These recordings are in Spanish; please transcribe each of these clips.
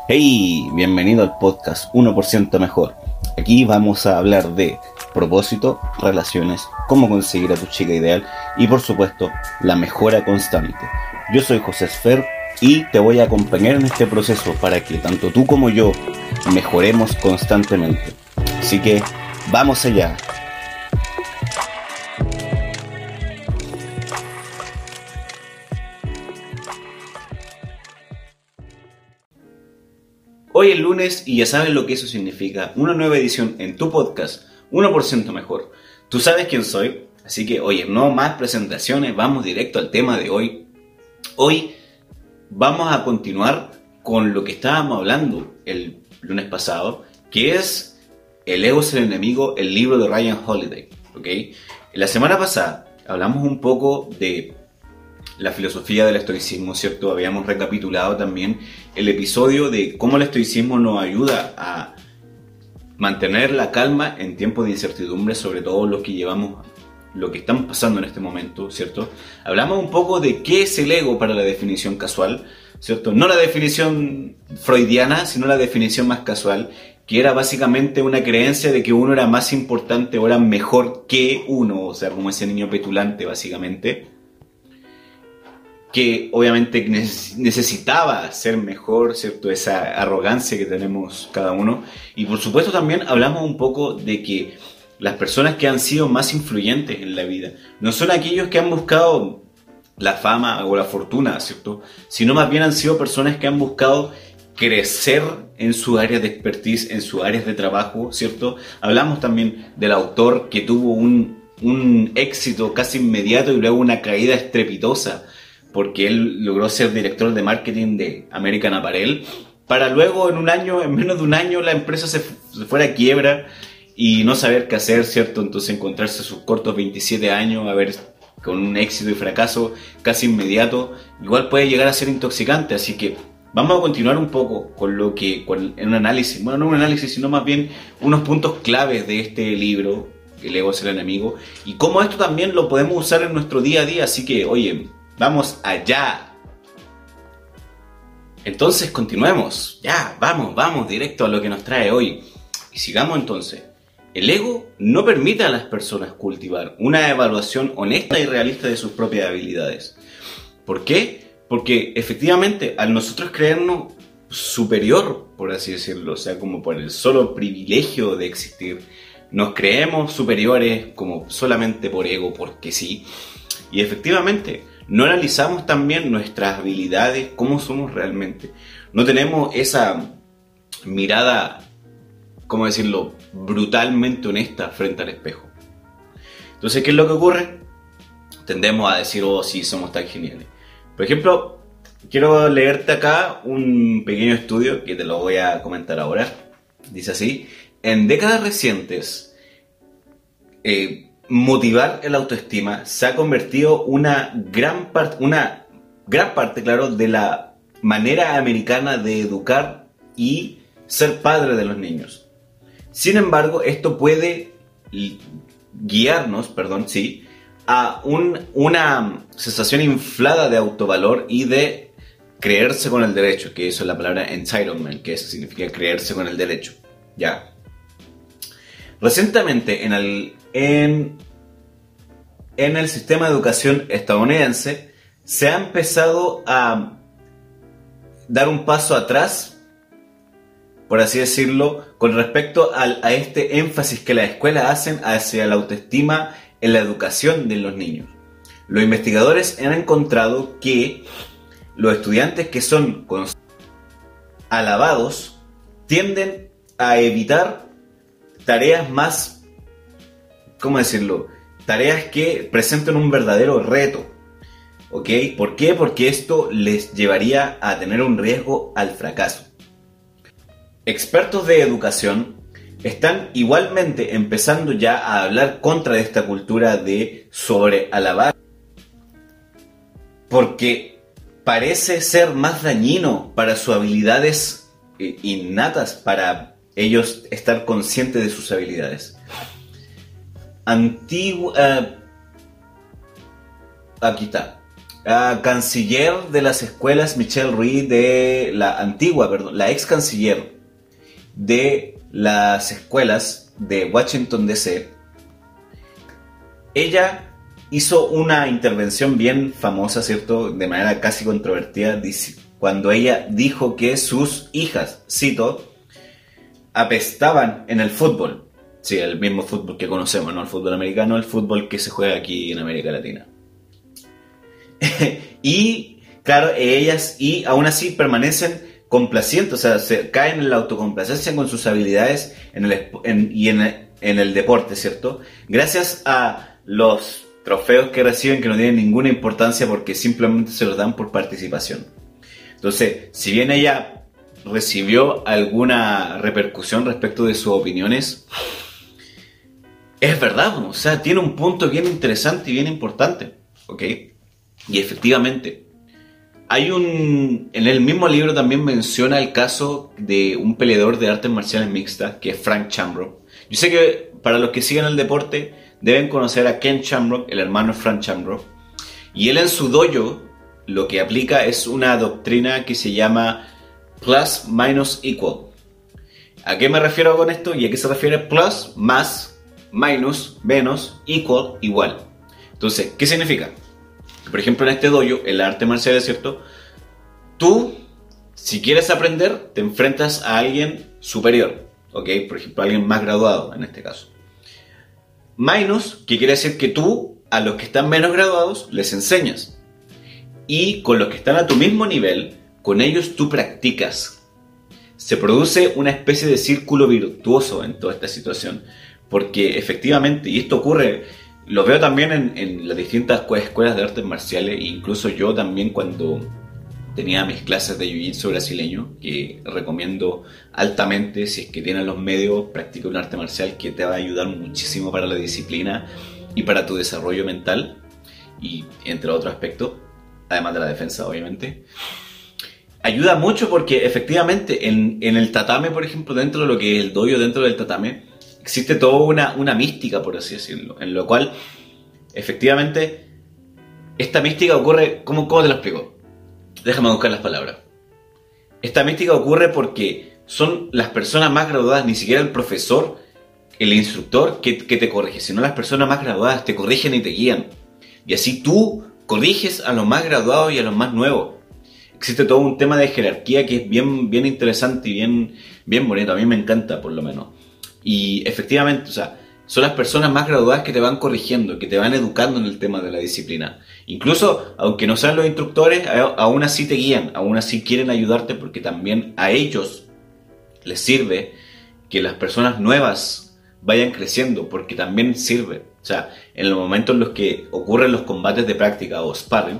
Hey, bienvenido al podcast 1% Mejor. Aquí vamos a hablar de propósito, relaciones, cómo conseguir a tu chica ideal y por supuesto la mejora constante. Yo soy José Esfer y te voy a acompañar en este proceso para que tanto tú como yo mejoremos constantemente. Así que vamos allá. Hoy es lunes y ya sabes lo que eso significa, una nueva edición en tu podcast 1% Mejor. Tú sabes quién soy, así que oye, no más presentaciones, vamos directo al tema de hoy. Hoy vamos a continuar con lo que estábamos hablando el lunes pasado, que es El ego es el enemigo, el libro de Ryan Holiday, ¿ok? La semana pasada hablamos un poco de la filosofía del estoicismo, ¿cierto? Habíamos recapitulado también el episodio de cómo el estoicismo nos ayuda a mantener la calma en tiempos de incertidumbre, sobre todo lo que estamos pasando en este momento, ¿cierto? Hablamos un poco de qué es el ego para la definición casual, ¿cierto? No la definición freudiana, sino la definición más casual, que era básicamente una creencia de que uno era más importante o era mejor que uno, o sea, como ese niño petulante, básicamente, que obviamente necesitaba ser mejor, ¿cierto? Esa arrogancia que tenemos cada uno. Y por supuesto también hablamos un poco de que las personas que han sido más influyentes en la vida no son aquellos que han buscado la fama o la fortuna, ¿cierto? Sino más bien han sido personas que han buscado crecer en sus áreas de expertise, en sus áreas de trabajo, ¿cierto? Hablamos también del autor que tuvo un éxito casi inmediato y luego una caída estrepitosa, porque él logró ser director de marketing de American Apparel, para luego en menos de un año la empresa se fuera a quiebra y no saber qué hacer, ¿cierto? Entonces encontrarse sus cortos 27 años, con un éxito y fracaso casi inmediato, igual puede llegar a ser intoxicante, así que vamos a continuar un poco en un análisis, bueno, no un análisis, sino más bien unos puntos claves de este libro, El ego es el enemigo, y cómo esto también lo podemos usar en nuestro día a día, así que, oye, vamos allá. Entonces continuemos. Ya, vamos directo a lo que nos trae hoy. Y sigamos entonces. El ego no permite a las personas cultivar una evaluación honesta y realista de sus propias habilidades. ¿Por qué? Porque efectivamente al nosotros creernos superior, por así decirlo, o sea, como por el solo privilegio de existir, nos creemos superiores como solamente por ego, porque sí. Y efectivamente no analizamos también nuestras habilidades, cómo somos realmente. No tenemos esa mirada, ¿cómo decirlo?, brutalmente honesta frente al espejo. Entonces, ¿qué es lo que ocurre? Tendemos a decir, oh, sí, somos tan geniales. Por ejemplo, quiero leerte acá un pequeño estudio que te lo voy a comentar ahora. Dice así: en décadas recientes, motivar el autoestima se ha convertido una gran parte, claro, de la manera americana de educar y ser padre de los niños. Sin embargo, esto puede guiarnos, a una sensación inflada de autovalor y de creerse con el derecho, que eso es la palabra entitlement, que eso significa creerse con el derecho. Ya. Recientemente, en el sistema de educación estadounidense se ha empezado a dar un paso atrás, por así decirlo, con respecto a este énfasis que las escuelas hacen hacia la autoestima en la educación de los niños. Los investigadores han encontrado que los estudiantes que son alabados tienden a evitar tareas más, ¿cómo decirlo?, tareas que presenten un verdadero reto, ¿ok? ¿Por qué? Porque esto les llevaría a tener un riesgo al fracaso. Expertos de educación están igualmente empezando ya a hablar contra esta cultura de sobrealabar, porque parece ser más dañino para sus habilidades innatas, para ellos estar conscientes de sus habilidades. Aquí está. canciller de las escuelas Michelle Rhee, de la antigua, perdón, la ex canciller de las escuelas de Washington DC. Ella hizo una intervención bien famosa, ¿cierto? De manera casi controvertida, cuando ella dijo que sus hijas, cito, apestaban en el fútbol. Sí, el mismo fútbol que conocemos, no el fútbol americano, el fútbol que se juega aquí en América Latina. Y claro, ellas y aún así permanecen complacientes, o sea, se caen en la autocomplacencia con sus habilidades en el deporte, ¿cierto? Gracias a los trofeos que reciben, que no tienen ninguna importancia porque simplemente se los dan por participación. Entonces, si bien ella recibió alguna repercusión respecto de sus opiniones, es verdad, o sea, tiene un punto bien interesante y bien importante, ¿ok? Y efectivamente, en el mismo libro también menciona el caso de un peleador de artes marciales mixtas, que es Frank Shamrock. Yo sé que para los que siguen el deporte deben conocer a Ken Shamrock, el hermano de Frank Shamrock, y él en su dojo lo que aplica es una doctrina que se llama plus minus equal. ¿A qué me refiero con esto? ¿Y a qué se refiere plus, más, minus, menos, equal, igual? Entonces, ¿qué significa? Por ejemplo, en este dojo, en la arte marcial, ¿cierto? Tú, si quieres aprender, te enfrentas a alguien superior, ¿ok? Por ejemplo, a alguien más graduado, en este caso. Minus, que quiere decir que tú, a los que están menos graduados, les enseñas. Y con los que están a tu mismo nivel, con ellos tú practicas. Se produce una especie de círculo virtuoso en toda esta situación. Porque efectivamente, y esto ocurre, lo veo también en las distintas escuelas de artes marciales, e incluso yo también cuando tenía mis clases de jiu-jitsu brasileño, que recomiendo altamente, si es que tienes los medios, practica un arte marcial que te va a ayudar muchísimo para la disciplina y para tu desarrollo mental, y entre otros aspectos, además de la defensa, obviamente. Ayuda mucho porque efectivamente en el tatame, por ejemplo, dentro de lo que es el dojo, dentro del tatame, existe toda una mística, por así decirlo, en lo cual, efectivamente, esta mística ocurre. ¿Cómo te lo explico? Déjame buscar las palabras. Esta mística ocurre porque son las personas más graduadas, ni siquiera el profesor, el instructor que te corrige, sino las personas más graduadas te corrigen y te guían. Y así tú corriges a los más graduados y a los más nuevos. Existe todo un tema de jerarquía que es bien, bien interesante y bien bonito. A mí me encanta, por lo menos. Y efectivamente, o sea, son las personas más graduadas que te van corrigiendo, que te van educando en el tema de la disciplina. Incluso, aunque no sean los instructores, aún así te guían, aún así quieren ayudarte porque también a ellos les sirve que las personas nuevas vayan creciendo, porque también sirve. O sea, en los momentos en los que ocurren los combates de práctica o sparring,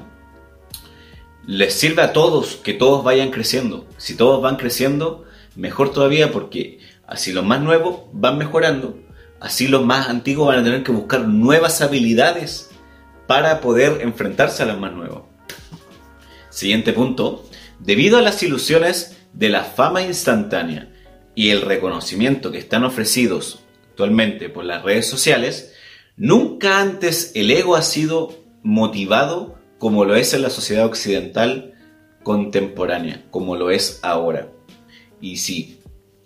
les sirve a todos que todos vayan creciendo. Si todos van creciendo, mejor todavía, porque así los más nuevos van mejorando, así los más antiguos van a tener que buscar nuevas habilidades para poder enfrentarse a los más nuevos. Siguiente punto. Debido a las ilusiones de la fama instantánea y el reconocimiento que están ofrecidos actualmente por las redes sociales, nunca antes el ego ha sido motivado como lo es en la sociedad occidental contemporánea, como lo es ahora. Y sí,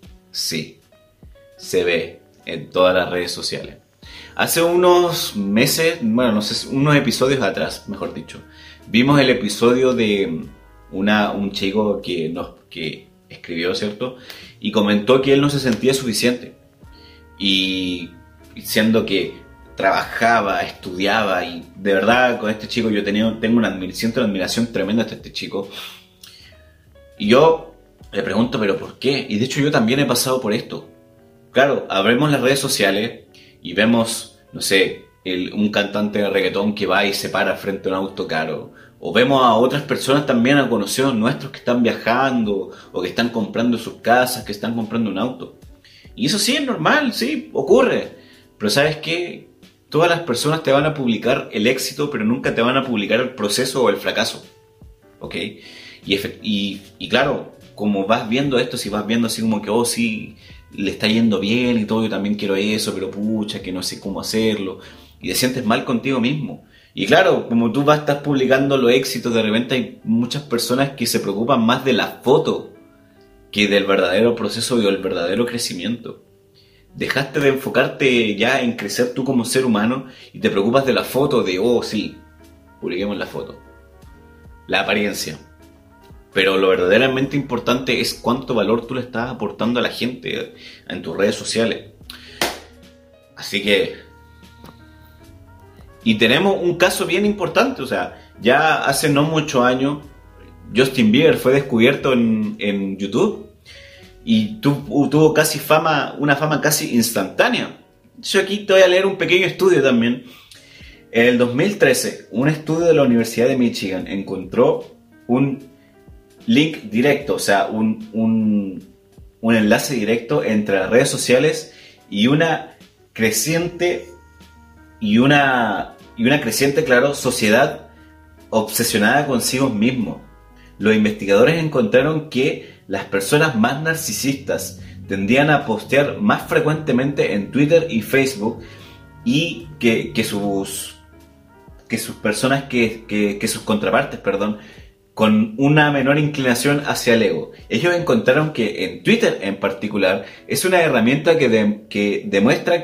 se ve en todas las redes sociales. Hace unos meses, bueno, no sé, unos episodios atrás, mejor dicho, vimos el episodio de un chico que escribió, ¿cierto? Y comentó que él no se sentía suficiente. Y siendo que trabajaba, estudiaba, y de verdad con este chico yo tengo una admiración tremenda hacia este chico. Y yo le pregunto, ¿pero por qué? Y de hecho yo también he pasado por esto. Claro, abrimos las redes sociales y vemos, no sé, un cantante de reggaetón que va y se para frente a un auto caro. O vemos a otras personas también, a conocidos nuestros que están viajando o que están comprando sus casas, que están comprando un auto. Y eso sí es normal, sí, ocurre. Pero ¿sabes qué? Todas las personas te van a publicar el éxito, pero nunca te van a publicar el proceso o el fracaso. ¿Ok? Y claro, como vas viendo esto, si vas viendo así como que, oh sí, le está yendo bien y todo, yo también quiero eso, pero pucha, que no sé cómo hacerlo. Y te sientes mal contigo mismo. Y claro, como tú vas a estar publicando los éxitos, de repente hay muchas personas que se preocupan más de la foto que del verdadero proceso y del verdadero crecimiento. Dejaste de enfocarte ya en crecer tú como ser humano y te preocupas de la foto, de, oh sí, publiquemos la foto. La apariencia. Pero lo verdaderamente importante es cuánto valor tú le estás aportando a la gente en tus redes sociales. Así que... Y tenemos un caso bien importante, o sea, ya hace no muchos años Justin Bieber fue descubierto en YouTube y tuvo casi una fama casi instantánea. Yo aquí te voy a leer un pequeño estudio también. En el 2013, un estudio de la Universidad de Michigan encontró un link directo, o sea, un enlace directo entre las redes sociales y una creciente, claro, sociedad obsesionada consigo mismo. Los investigadores encontraron que las personas más narcisistas tendían a postear más frecuentemente en Twitter y Facebook y que sus contrapartes, con una menor inclinación hacia el ego. Ellos encontraron que en Twitter en particular es una herramienta que demuestra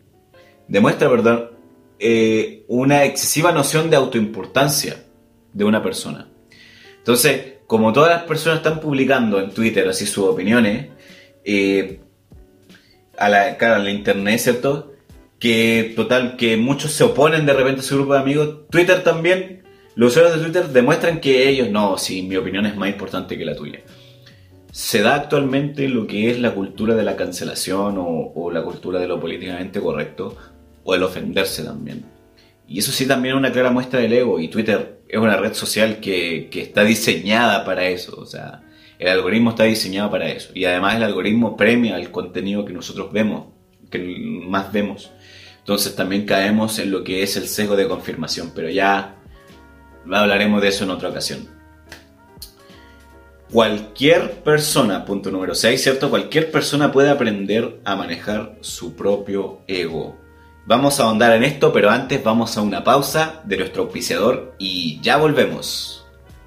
una excesiva noción de autoimportancia de una persona. Entonces, como todas las personas están publicando en Twitter así sus opiniones, a la internet, ¿cierto? Que muchos se oponen de repente a su grupo de amigos. Twitter también, los usuarios de Twitter demuestran que ellos, no, si mi opinión es más importante que la tuya. Se da actualmente lo que es la cultura de la cancelación o la cultura de lo políticamente correcto, o el ofenderse también. Y eso sí también es una clara muestra del ego, y Twitter es una red social que está diseñada para eso, o sea, el algoritmo está diseñado para eso, y además el algoritmo premia el contenido que nosotros vemos, que más vemos. Entonces también caemos en lo que es el sesgo de confirmación, pero ya hablaremos de eso en otra ocasión. Cualquier persona, punto número 6, ¿cierto? Cualquier persona puede aprender a manejar su propio ego. Vamos a ahondar en esto, pero antes vamos a una pausa de nuestro auspiciador y ya volvemos.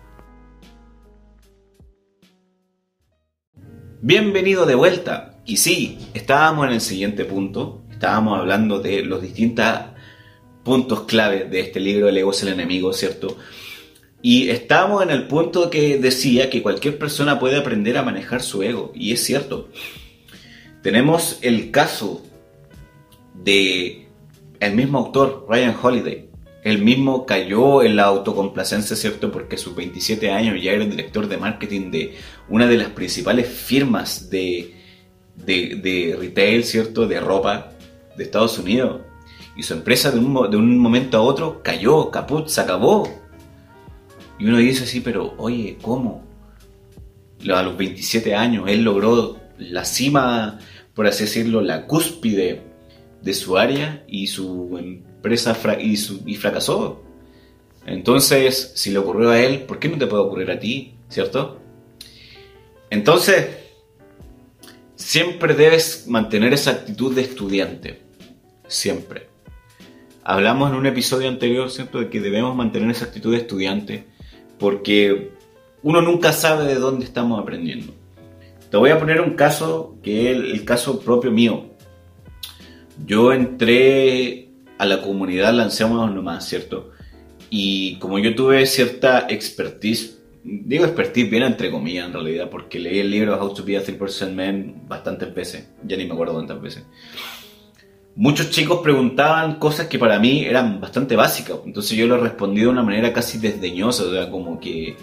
Bienvenido de vuelta. Y sí, estábamos en el siguiente punto. Estábamos hablando de los distintos puntos clave de este libro, El ego es el enemigo, ¿cierto? Y estábamos en el punto que decía que cualquier persona puede aprender a manejar su ego. Y es cierto. Tenemos el caso de el mismo autor, Ryan Holiday. Él mismo cayó en la autocomplacencia, ¿cierto? Porque a sus 27 años ya era el director de marketing de una de las principales firmas de retail, ¿cierto? De ropa de Estados Unidos. Y su empresa de un momento a otro cayó, caput, se acabó. Y uno dice así, pero oye, ¿cómo? A los 27 años él logró la cima, por así decirlo, la cúspide de su área, y su empresa y fracasó. Entonces, si le ocurrió a él, ¿por qué no te puede ocurrir a ti? ¿Cierto? Entonces, siempre debes mantener esa actitud de estudiante. Siempre. Hablamos en un episodio anterior, ¿cierto?, de que debemos mantener esa actitud de estudiante, porque uno nunca sabe de dónde estamos aprendiendo. Te voy a poner un caso que es el caso propio mío. Yo entré a la comunidad Lancémonos Nomás, ¿cierto? Y como yo tuve cierta expertise, digo expertise bien entre comillas en realidad, porque leí el libro How to be a 3% Man bastantes veces, ya ni me acuerdo cuántas veces. Muchos chicos preguntaban cosas que para mí eran bastante básicas, entonces yo les respondí de una manera casi desdeñosa, o sea, como que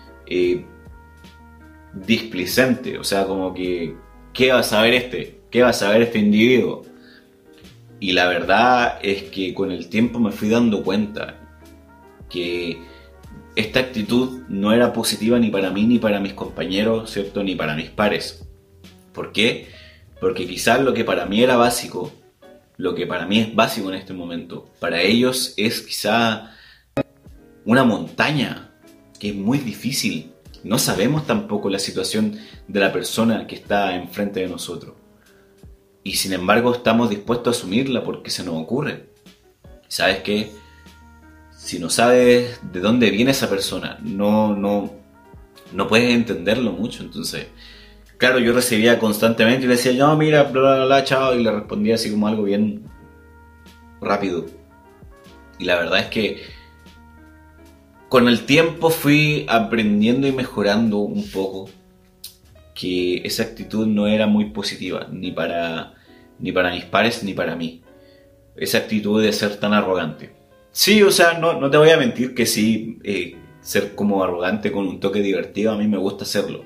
displicente, o sea, como que ¿qué va a saber este? ¿Qué va a saber este individuo? Y la verdad es que con el tiempo me fui dando cuenta que esta actitud no era positiva ni para mí, ni para mis compañeros, ¿cierto? Ni para mis pares. ¿Por qué? Porque quizás lo que para mí era básico, lo que para mí es básico en este momento, para ellos es quizá una montaña que es muy difícil. No sabemos tampoco la situación de la persona que está enfrente de nosotros. Y sin embargo estamos dispuestos a asumirla porque se nos ocurre. ¿Sabes qué? si no sabes de dónde viene esa persona, no puedes entenderlo mucho. Entonces, claro, yo recibía constantemente y le decía, no, mira, bla, bla, bla, chao, y le respondía así como algo bien rápido. Y la verdad es que con el tiempo fui aprendiendo y mejorando un poco que esa actitud no era muy positiva, ni para mis pares ni para mí. Esa actitud de ser tan arrogante. Sí, o sea, no te voy a mentir que sí, ser como arrogante con un toque divertido, a mí me gusta hacerlo.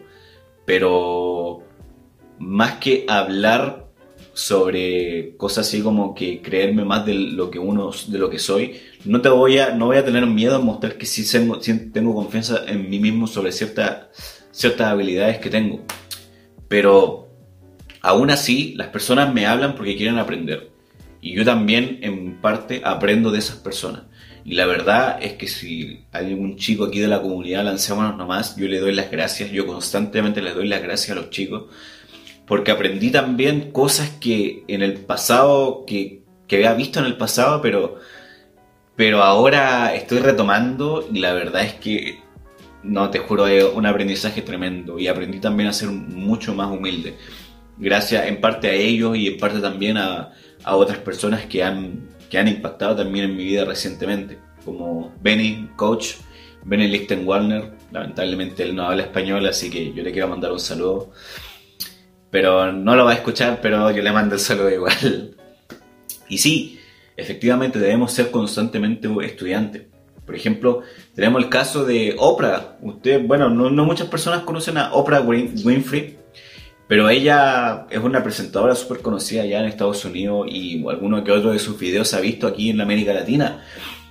Pero más que hablar sobre cosas así como que creerme más de lo que soy, no voy a tener miedo a mostrar que sí tengo confianza en mí mismo sobre ciertas habilidades que tengo. Pero aún así, las personas me hablan porque quieren aprender. Y yo también, en parte, aprendo de esas personas. Y la verdad es que si hay algún chico aquí de la comunidad, Lancémonos Nomás, yo le doy las gracias. Yo constantemente les doy las gracias a los chicos. Porque aprendí también cosas que en el pasado, que había visto en el pasado, pero ahora estoy retomando. Y la verdad es que, no, te juro, es un aprendizaje tremendo. Y aprendí también a ser mucho más humilde. Gracias en parte a ellos y en parte también a otras personas que han impactado también en mi vida recientemente, como Benny, coach, Benny Lichtenwalner. Lamentablemente él no habla español, así que yo le quiero mandar un saludo, pero no lo va a escuchar, pero yo le mando el saludo igual. Y sí, efectivamente debemos ser constantemente estudiantes. Por ejemplo, tenemos el caso de Oprah. No muchas personas conocen a Oprah Winfrey, pero ella es una presentadora súper conocida allá en Estados Unidos y alguno que otro de sus videos se ha visto aquí en la América Latina.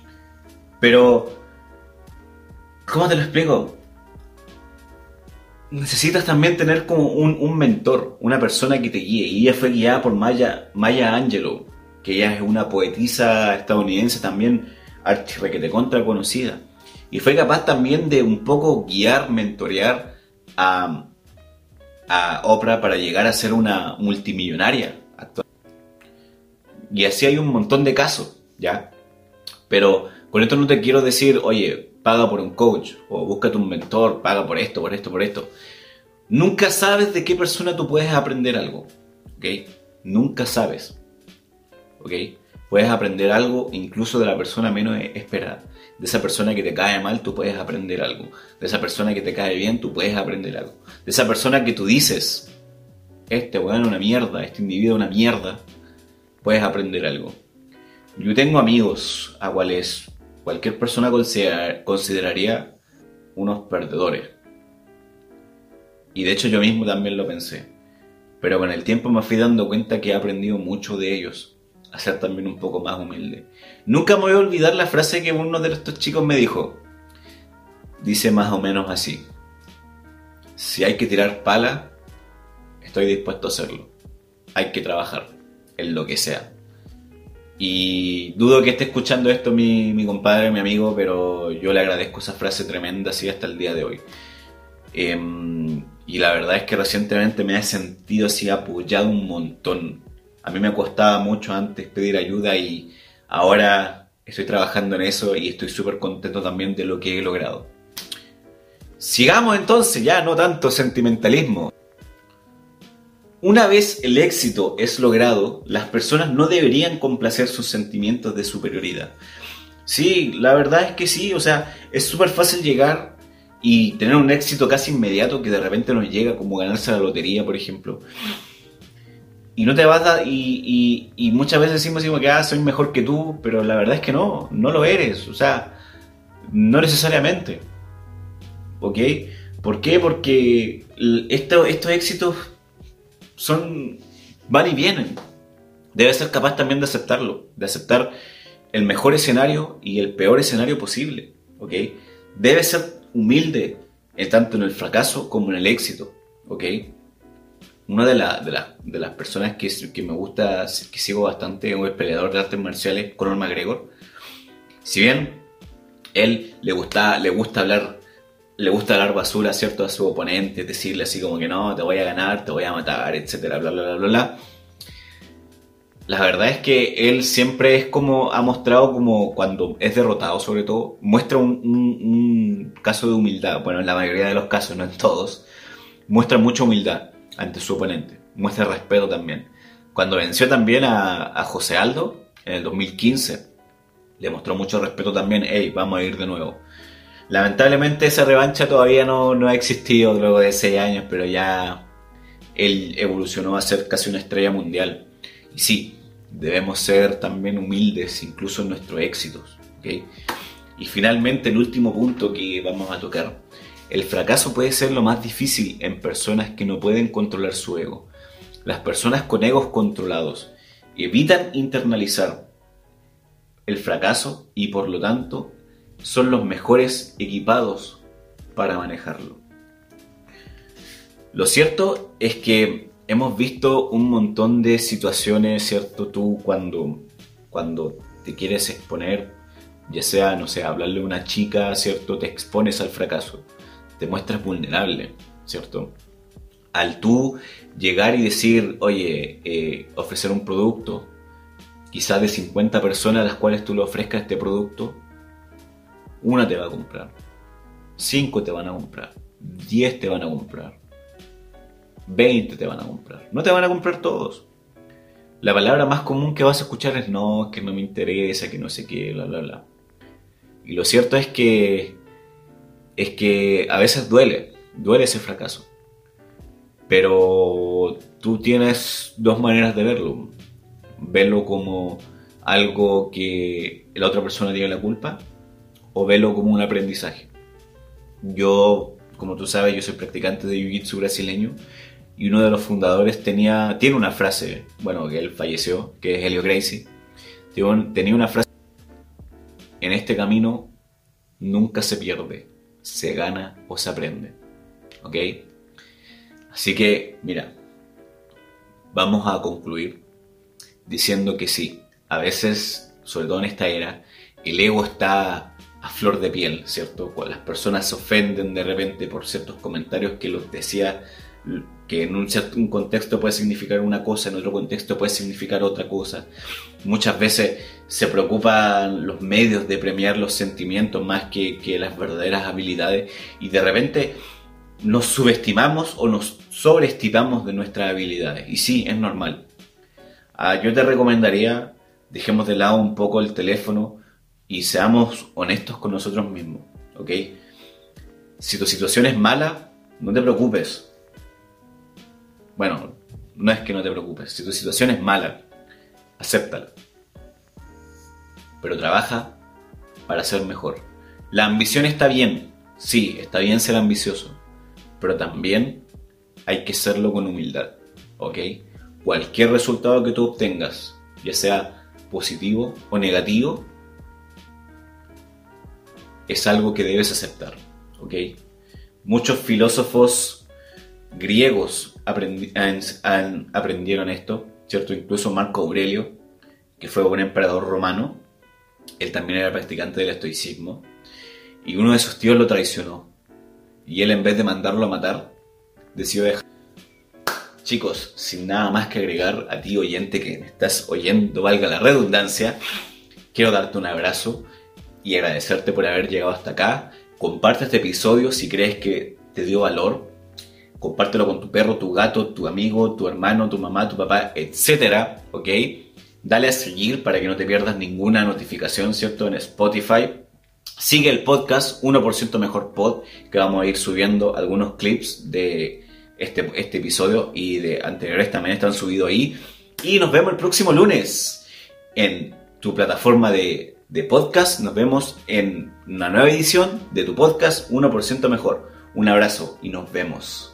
Pero, ¿cómo te lo explico? Necesitas también tener como un mentor, una persona que te guíe. Y ella fue guiada por Maya Angelou, que ella es una poetisa estadounidense también archirrequete contra conocida. Y fue capaz también de un poco guiar, mentorear a Oprah para llegar a ser una multimillonaria actual. Y así hay un montón de casos, ¿ya? Pero con esto no te quiero decir, oye, paga por un coach, o búscate un mentor, paga por esto, por esto, por esto. Nunca sabes de qué persona tú puedes aprender algo, ¿ok? Nunca sabes, ¿ok? Puedes aprender algo incluso de la persona menos esperada. De esa persona que te cae mal, tú puedes aprender algo. De esa persona que te cae bien, tú puedes aprender algo. De esa persona que tú dices, este weón es una mierda, este individuo es una mierda, puedes aprender algo. Yo tengo amigos a cuales cualquier persona consideraría unos perdedores. Y de hecho yo mismo también lo pensé. Pero con el tiempo me fui dando cuenta que he aprendido mucho de ellos. A ser también un poco más humilde. Nunca me voy a olvidar la frase que uno de estos chicos me dijo. Dice más o menos así: si hay que tirar pala, estoy dispuesto a hacerlo. Hay que trabajar en lo que sea. Y dudo que esté escuchando esto mi compadre, mi amigo, pero yo le agradezco esa frase tremenda así hasta el día de hoy. Y la verdad es que recientemente me he sentido así apoyado un montón. A mí me costaba mucho antes pedir ayuda y ahora estoy trabajando en eso y estoy súper contento también de lo que he logrado. Sigamos entonces, ya no tanto sentimentalismo. Una vez el éxito es logrado, las personas no deberían complacer sus sentimientos de superioridad. Sí, la verdad es que sí, o sea, es súper fácil llegar y tener un éxito casi inmediato que de repente nos llega, como ganarse la lotería, por ejemplo. Y no te vas a... Y muchas veces decimos que soy mejor que tú, pero la verdad es que no lo eres. O sea, no necesariamente. ¿Ok? ¿Por qué? Porque estos éxitos van y vienen. Debes ser capaz también de aceptarlo, de aceptar el mejor escenario y el peor escenario posible. ¿Ok? Debes ser humilde tanto en el fracaso como en el éxito. ¿Ok? Una de las personas que me gusta, que sigo bastante, es un peleador de artes marciales, Conor McGregor. Si bien él le gusta hablar basura, ¿cierto?, a su oponente, decirle así como que no, te voy a ganar, te voy a matar, etcétera, bla, bla, bla, bla, bla. La verdad es que él siempre es como, ha mostrado como cuando es derrotado sobre todo, muestra un caso de humildad. Bueno, en la mayoría de los casos, no en todos. Muestra mucha humildad ante su oponente. Muestra respeto también. Cuando venció también a José Aldo en el 2015, le mostró mucho respeto también. Hey, vamos a ir de nuevo. Lamentablemente esa revancha todavía no ha existido luego de 6 años, pero ya él evolucionó a ser casi una estrella mundial. Y sí, debemos ser también humildes incluso en nuestros éxitos, ¿okay? Y finalmente el último punto que vamos a tocar. El fracaso puede ser lo más difícil en personas que no pueden controlar su ego. Las personas con egos controlados evitan internalizar el fracaso y por lo tanto son los mejores equipados para manejarlo. Lo cierto es que hemos visto un montón de situaciones, ¿cierto? Tú cuando te quieres exponer, ya sea, no sé, hablarle a una chica, ¿cierto? Te expones al fracaso, te muestras vulnerable, ¿cierto? Al tú llegar y decir, oye, ofrecer un producto, quizás de 50 personas a las cuales tú le ofrezcas este producto, una te va a comprar, 5 te van a comprar, 10 te van a comprar, 20 te van a comprar. No te van a comprar todos. La palabra más común que vas a escuchar es no, que no me interesa, que no sé qué, bla, bla, bla. Y lo cierto es que a veces duele ese fracaso. Pero tú tienes dos maneras de verlo. Verlo como algo que la otra persona tiene la culpa o verlo como un aprendizaje. Yo, como tú sabes, yo soy practicante de Jiu-Jitsu brasileño. Y uno de los fundadores tiene una frase, bueno, que él falleció, que es Helio Gracie. Tenía una frase: en este camino nunca se pierde, se gana o se aprende. ¿Ok? Así que, mira, vamos a concluir diciendo que sí, a veces, sobre todo en esta era, el ego está a flor de piel, ¿cierto? Cuando las personas se ofenden de repente por ciertos comentarios que los decía, que en un contexto puede significar una cosa, en otro contexto puede significar otra cosa. Muchas veces se preocupan los medios de premiar los sentimientos más que las verdaderas habilidades, y de repente nos subestimamos o nos sobreestimamos de nuestras habilidades. Y sí, es normal. Yo te recomendaría, dejemos de lado un poco el teléfono y seamos honestos con nosotros mismos, ¿ok? Si tu situación es mala, no te preocupes. Bueno, no es que no te preocupes. Si tu situación es mala, acéptala. Pero trabaja para ser mejor. La ambición está bien. Sí, está bien ser ambicioso. Pero también hay que serlo con humildad, ¿ok? Cualquier resultado que tú obtengas, ya sea positivo o negativo, es algo que debes aceptar, ¿ok? Muchos filósofos griegos aprendieron esto, ¿cierto? Incluso Marco Aurelio, que fue un emperador romano, él también era practicante del estoicismo, y uno de sus tíos lo traicionó, y él, en vez de mandarlo a matar, decidió dejar. Chicos, sin nada más que agregar, a ti oyente que me estás oyendo, valga la redundancia, quiero darte un abrazo y agradecerte por haber llegado hasta acá. Comparte este episodio si crees que te dio valor. Compártelo con tu perro, tu gato, tu amigo, tu hermano, tu mamá, tu papá, etcétera, ¿ok? Dale a seguir para que no te pierdas ninguna notificación, ¿cierto? En Spotify. Sigue el podcast 1% Mejor Pod, que vamos a ir subiendo algunos clips de este episodio y de anteriores también están subidos ahí. Y nos vemos el próximo lunes en tu plataforma de podcast. Nos vemos en una nueva edición de tu podcast 1% Mejor. Un abrazo y nos vemos.